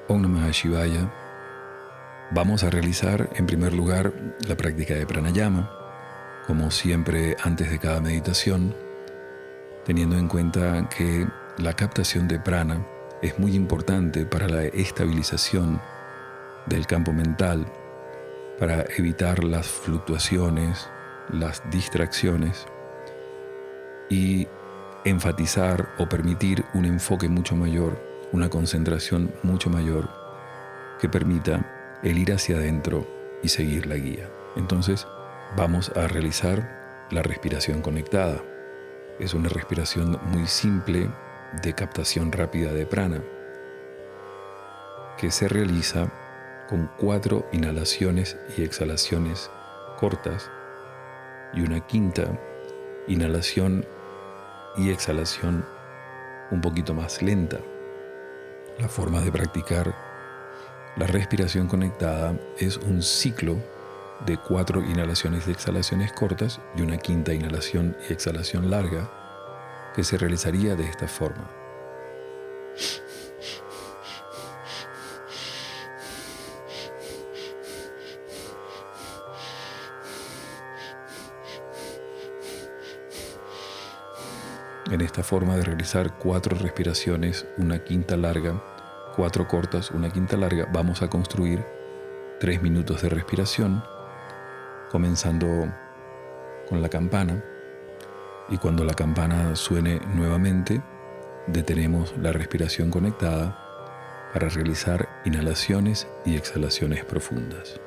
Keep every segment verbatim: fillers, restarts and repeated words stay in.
Om Namah Shivaya. Vamos a realizar en primer lugar la práctica de pranayama, como siempre antes de cada meditación, teniendo en cuenta que la captación de prana es muy importante para la estabilización del campo mental, para evitar las fluctuaciones, las distracciones y enfatizar o permitir un enfoque mucho mayor, una concentración mucho mayor que permita el ir hacia adentro y seguir la guía. Entonces vamos a realizar la respiración conectada. Es una respiración muy simple de captación rápida de prana que se realiza con cuatro inhalaciones y exhalaciones cortas y una quinta inhalación y exhalación un poquito más lenta. La forma de practicar la respiración conectada es un ciclo de cuatro inhalaciones y exhalaciones cortas y una quinta inhalación y exhalación larga que se realizaría de esta forma. En esta forma de realizar cuatro respiraciones, una quinta larga, cuatro cortas, una quinta larga, vamos a construir tres minutos de respiración, comenzando con la campana, y cuando la campana suene nuevamente, detenemos la respiración conectada para realizar inhalaciones y exhalaciones profundas.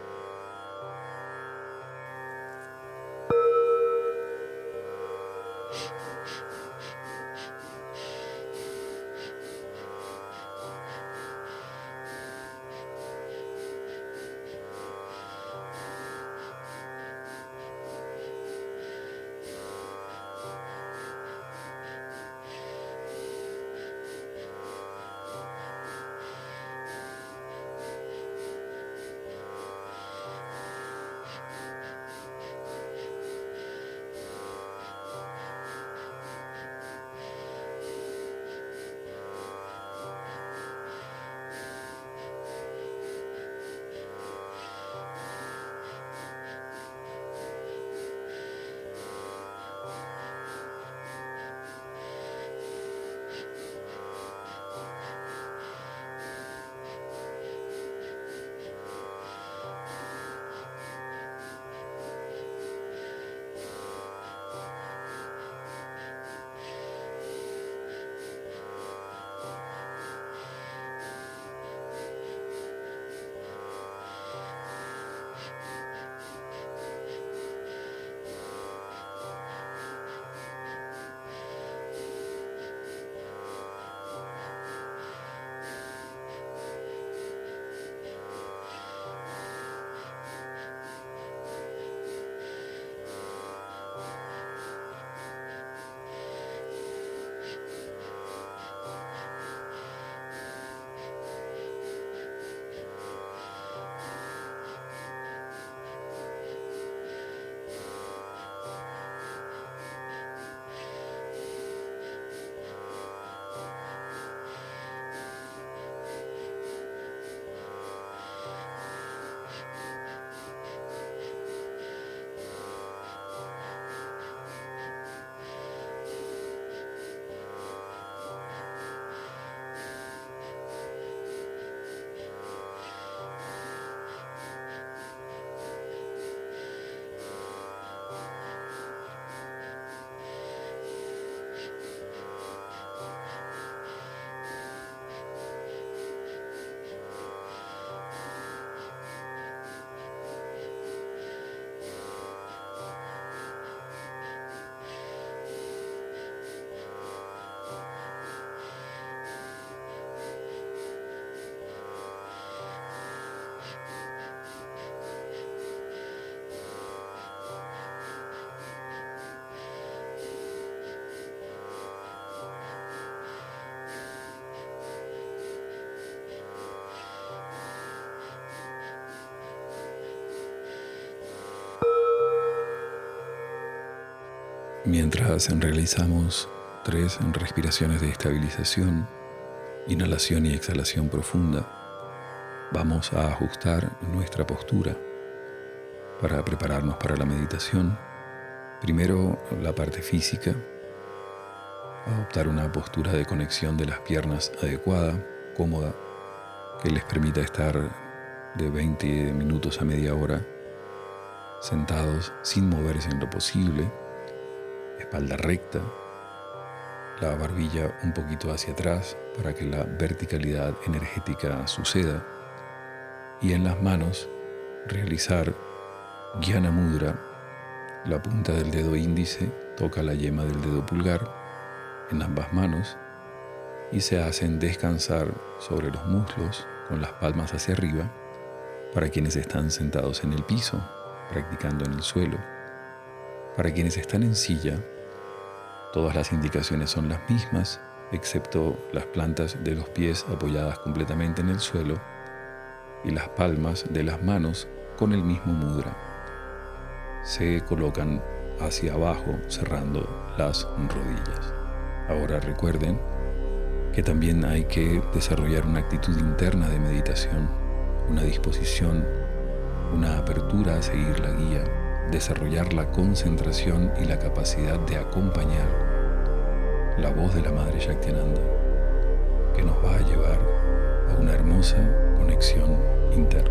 Mientras realizamos tres respiraciones de estabilización, inhalación y exhalación profunda, vamos a ajustar nuestra postura para prepararnos para la meditación. Primero, la parte física. Adoptar una postura de conexión de las piernas adecuada, cómoda, que les permita estar de veinte minutos a media hora sentados sin moverse en lo posible, espalda recta, la barbilla un poquito hacia atrás para que la verticalidad energética suceda, y en las manos realizar Jnana Mudra. La punta del dedo índice toca la yema del dedo pulgar en ambas manos y se hacen descansar sobre los muslos con las palmas hacia arriba para quienes están sentados en el piso, practicando en el suelo. Para quienes están en silla, todas las indicaciones son las mismas, excepto las plantas de los pies apoyadas completamente en el suelo y las palmas de las manos con el mismo mudra. Se colocan hacia abajo, cerrando las rodillas. Ahora recuerden que también hay que desarrollar una actitud interna de meditación, una disposición, una apertura a seguir la guía, desarrollar la concentración y la capacidad de acompañar la voz de la Madre Shaktiananda, que nos va a llevar a una hermosa conexión interna.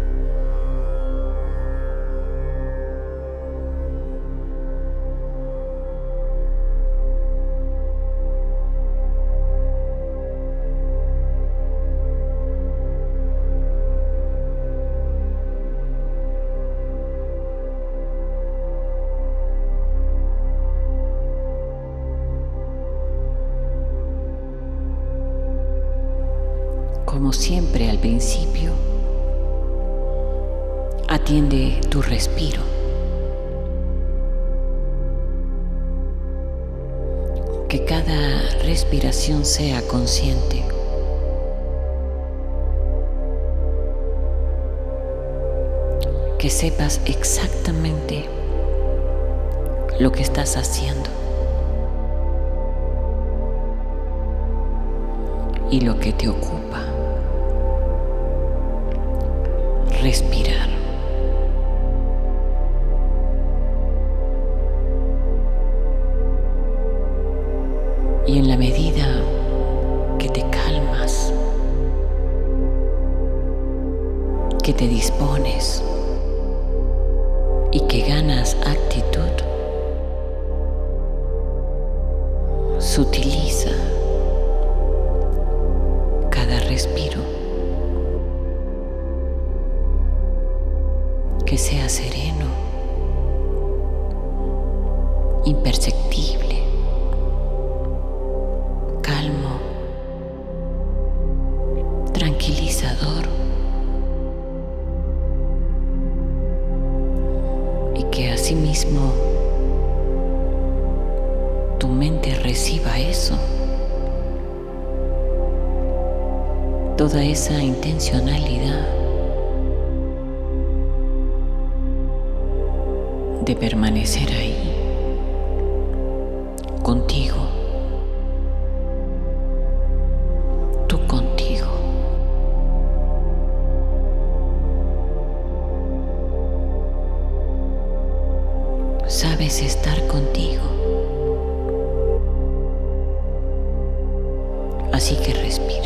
Como siempre al principio, atiende tu respiro. Que cada respiración sea consciente. Que sepas exactamente lo que estás haciendo y lo que te ocupa. Respirar. Y en la medida que te calmas, que te dispones y que ganas actitud, sutiliza cada respiro. Que sea sereno, imperceptible, calmo, tranquilizador, y que asimismo tu mente reciba eso, toda esa intencionalidad de permanecer ahí, contigo, tú contigo. Sabes estar contigo, así que respira.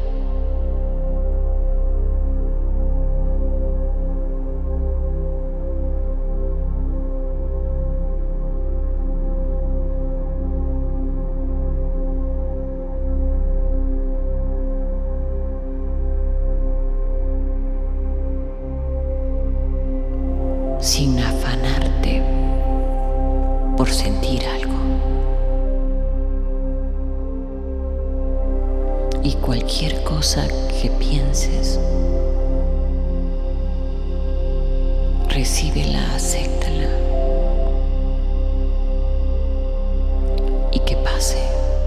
Sin afanarte por sentir algo. Y cualquier cosa que pienses, recíbela, acéptala y que pase.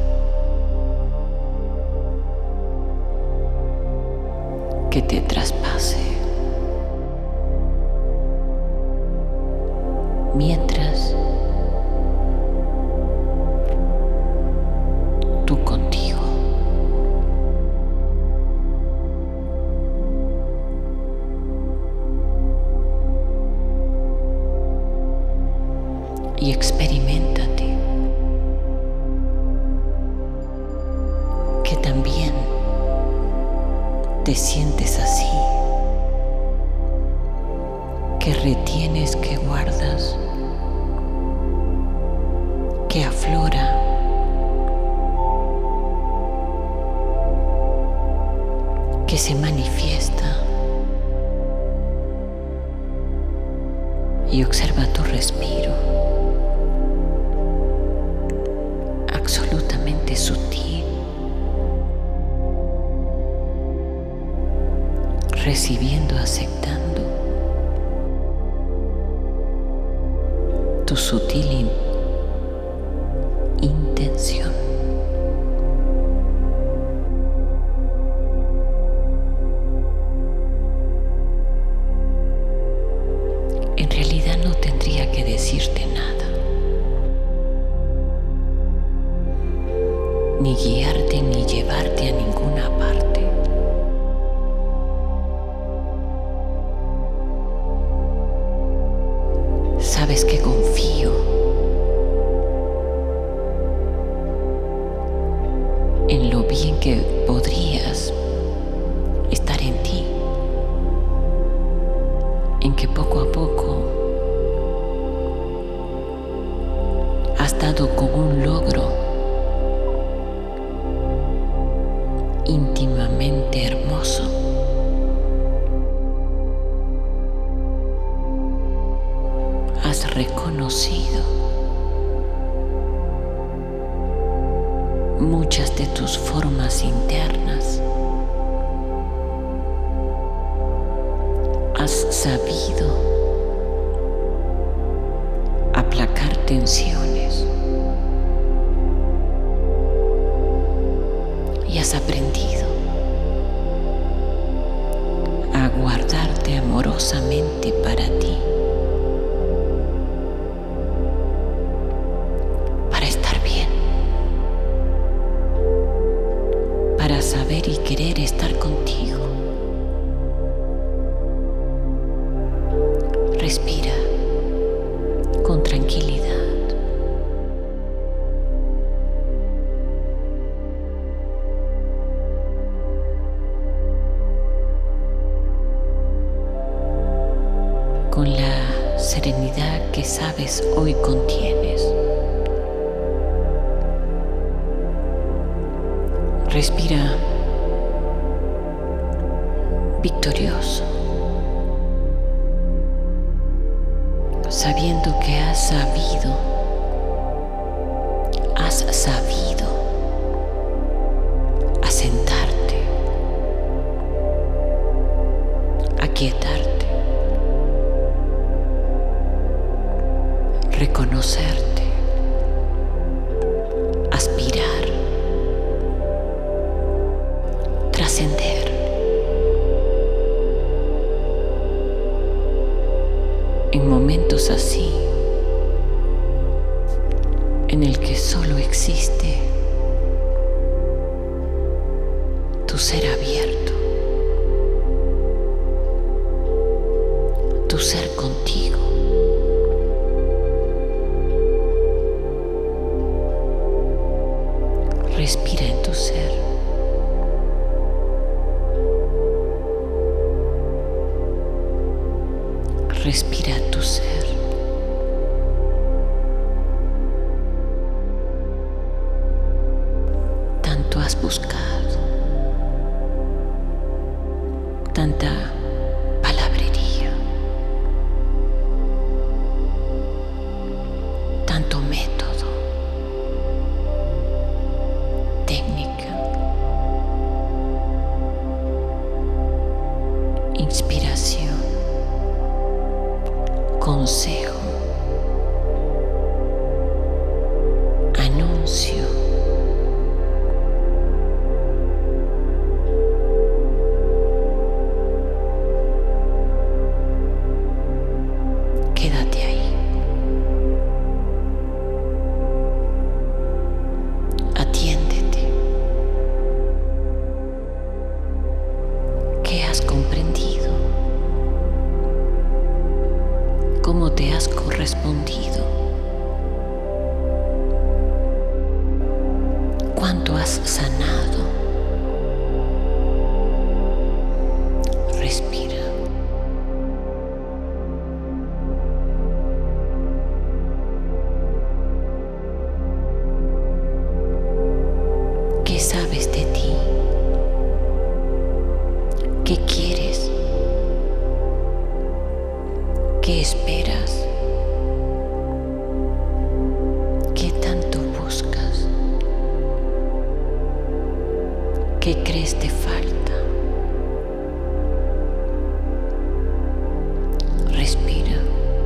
Que te traspase. Mientras tú contigo. te sientes así, que retienes, que guardas, que aflora, que se manifiesta, y observa tu respiro, absolutamente sutil, recibiendo, aceptando tu sutil in- intención. En realidad no tendría que decirte nada, ni guiarte ni llevarte a ninguna parte. Sabes que confío en lo bien que podrías estar en ti, en que poco a poco has dado con un logro íntimamente hermoso. Has reconocido muchas de tus formas internas. Has sabido aplacar tensiones y has aprendido a guardarte amorosamente para ti, para estar bien, para saber y querer estar contigo. Respira con tranquilidad. Con la serenidad que sabes hoy contienes. Respira victorioso, sabiendo que has sabido, has sabido asentarte, aquietarte, reconocerte, aspirar, trascender. En momentos así, en el que solo existe tu ser abierto, tu ser contigo, respira en tu ser. Respira tu ser. Tanto has buscado, tanta palabrería, tanto método, técnica, inspiración, consejo, anuncio, quédate ahí, atiéndete. ¿Qué has comprendido? ¿Cómo te has ¿Qué quieres? ¿Qué esperas? ¿Qué tanto buscas? ¿Qué crees te falta? Respira.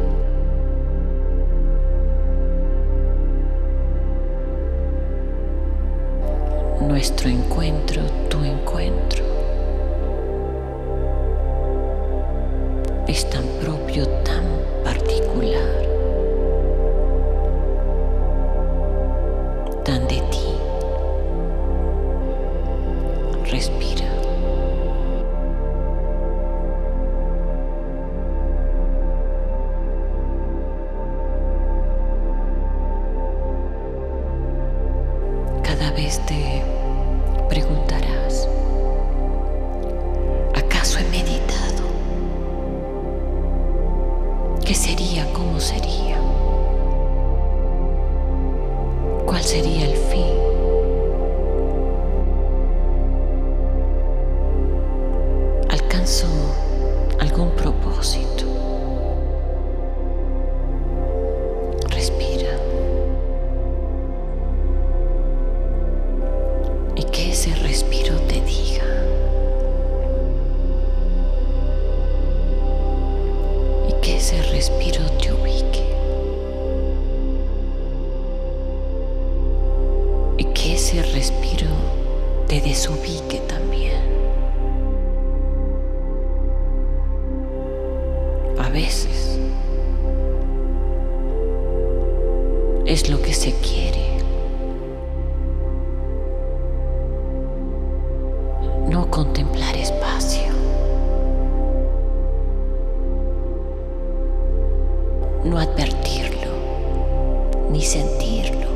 Nuestro encuentro, tu encuentro, es tan propio, tan particular, tan de ti. Respira. Cada vez te preguntarás, ¿acaso he meditado? ¿Qué sería? ¿Cómo sería? ¿Cuál sería el fin? ¿Alcanzo algún propósito? Respira. Y que ese respiro te diga. Y que ese respiro te ubique. Y que ese respiro te desubique también. A veces es lo que se quiere. No contemplar espacio. No advertirlo, ni sentirlo.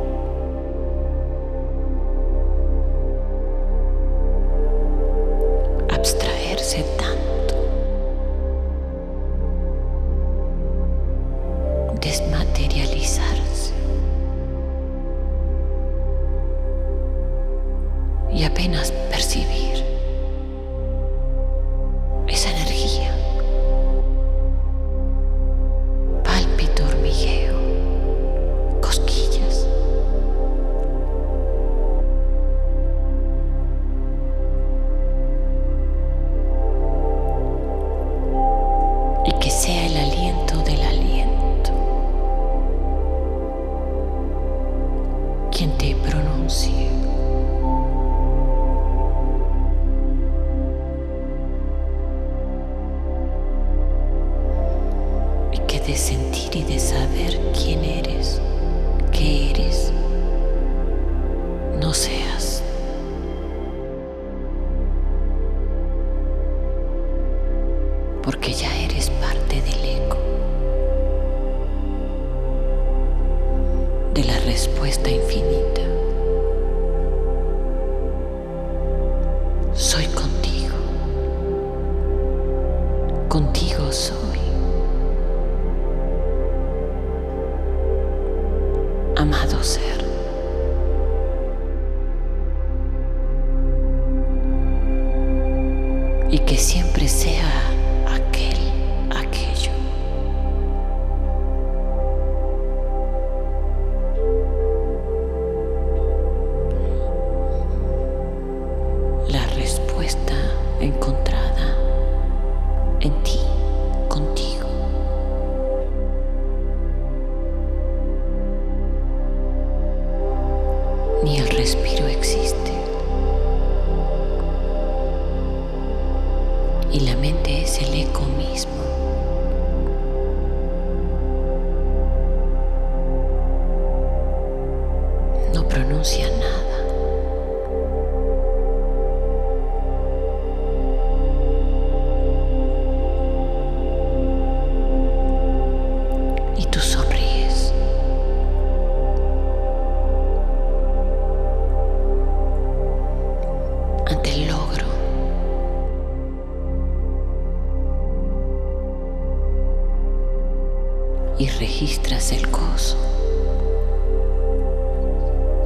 Abstraerse tanto. Desmaterializarse. Y apenas percibir esa energía. Pálpito, hormigueo, cosquillas. Y que sea el aliento del aliento quien te pronuncie. De sentir y de saber quién eres, qué eres, no seas. Porque ya eres parte del eco, de la respuesta infinita. Soy contigo, contigo soy. Amado ser. Y que siempre sea aquel, aquello. La respuesta encontrada en ti, contigo. Ni el respiro existe. Y la mente es el eco mismo. No pronuncia nada. Y tú sonríes. Ante el logro. Y registras el gozo.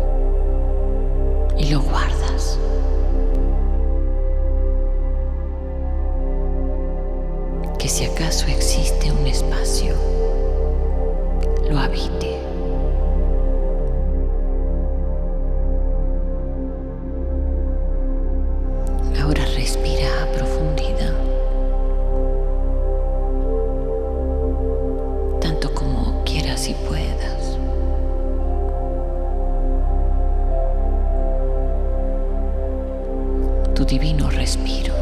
Y lo guardas. si acaso existe un espacio, lo habite. Ahora respira a profundidad, tanto como quieras y puedas. Tu divino respiro.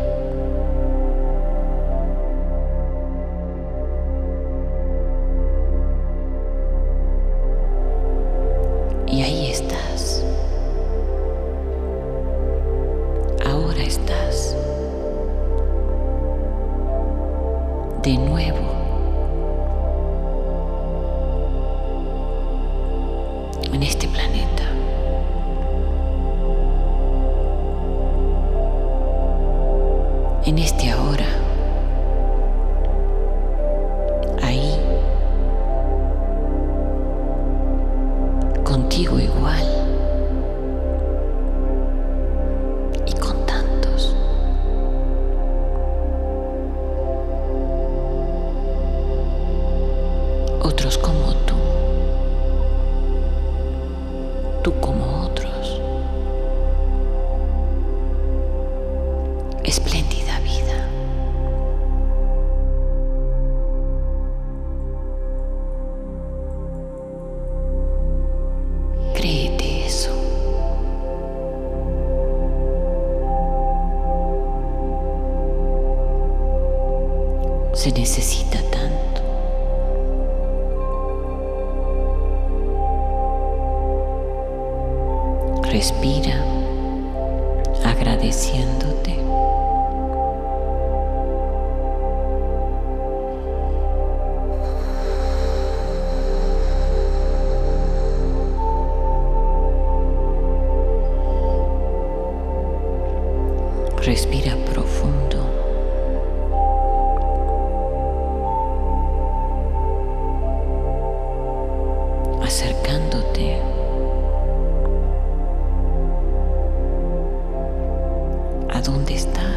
Y ahí estás. Ahora estás. De nuevo. En este planeta. En este ahora. Ahí. Contigo igual. Y con tantos. Otros como tú. Tú como otros. Espléndida vida. Créete eso. Se necesita tanto. Respira, agradeciéndote. Respira profundo. Acercándote a dónde estás.